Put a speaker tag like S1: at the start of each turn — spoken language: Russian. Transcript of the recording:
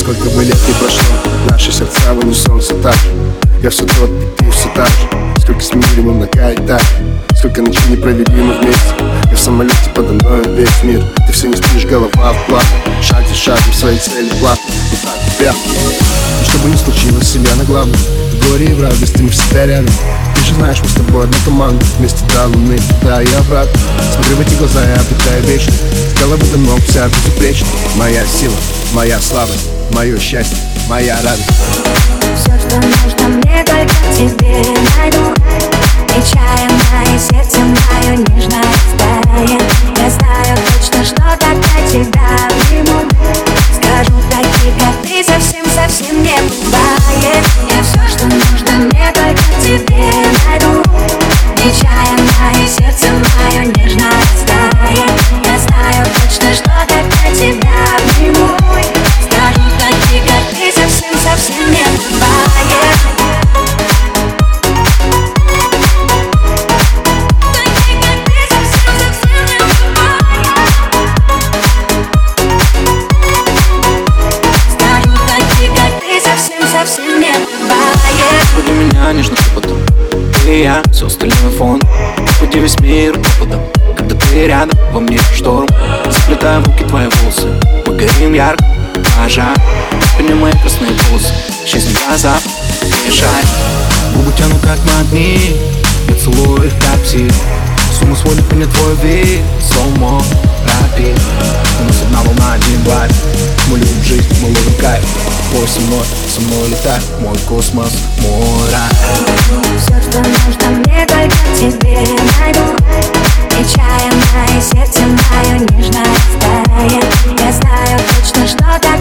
S1: Сколько бы лет не прошло, наши сердца в унисон все так же. Я все тот, и ты все так же. Сколько сменили мы многоэтажки, сколько ночей не провели мы вместе. Я в самолете подо мною весь мир. Ты все не спишь, голова в план. Шаг за шагом свои цели план. И так тебя. И что бы ни случилось, себя на главном. В горе и в радости мы всегда рядом. Ты же знаешь, мы с тобой одна команда. Вместе до луны, туда и обратно. Смотрю в эти глаза, я обретаю вечность. С головы до ног вся безупречна. Моя сила, моя слабость, мое счастье, моя радость.
S2: Все, что нужно мне, только в тебе найду. Нечаянно и сердце мое нежно растает. Я знаю точно, что тогда тебя приму. Скажу, таких, как ты, совсем не бывает. Я все, что нужно мне, только в тебе найду. Нечаянно и сердце мое нежно растает. Я знаю точно, что тогда тебя приму. Скажу, таких, как ты, совсем не бывает.
S3: Для меня нежно шепотом, ты и я, все остальное фон. Уходи весь мир опытом, когда ты рядом, во мне шторм. Заплетаю в руки твои волосы, мы горим ярко, пожар. Поднимай красные волосы, исчезни в глаза, не мешай. Губы тянут как магнит, я целую их как псих. С ума сводит меня твой вид, слоумо, рапид. У нас одна волна, один вайб. Мы любим жизнь, мы ловим кайф. Твой со мной летай, мой космос, мой рай.
S2: Все, что нужно мне, только в тебе найду. Нечаянно и сердце мое нежно растает. Я знаю точно, что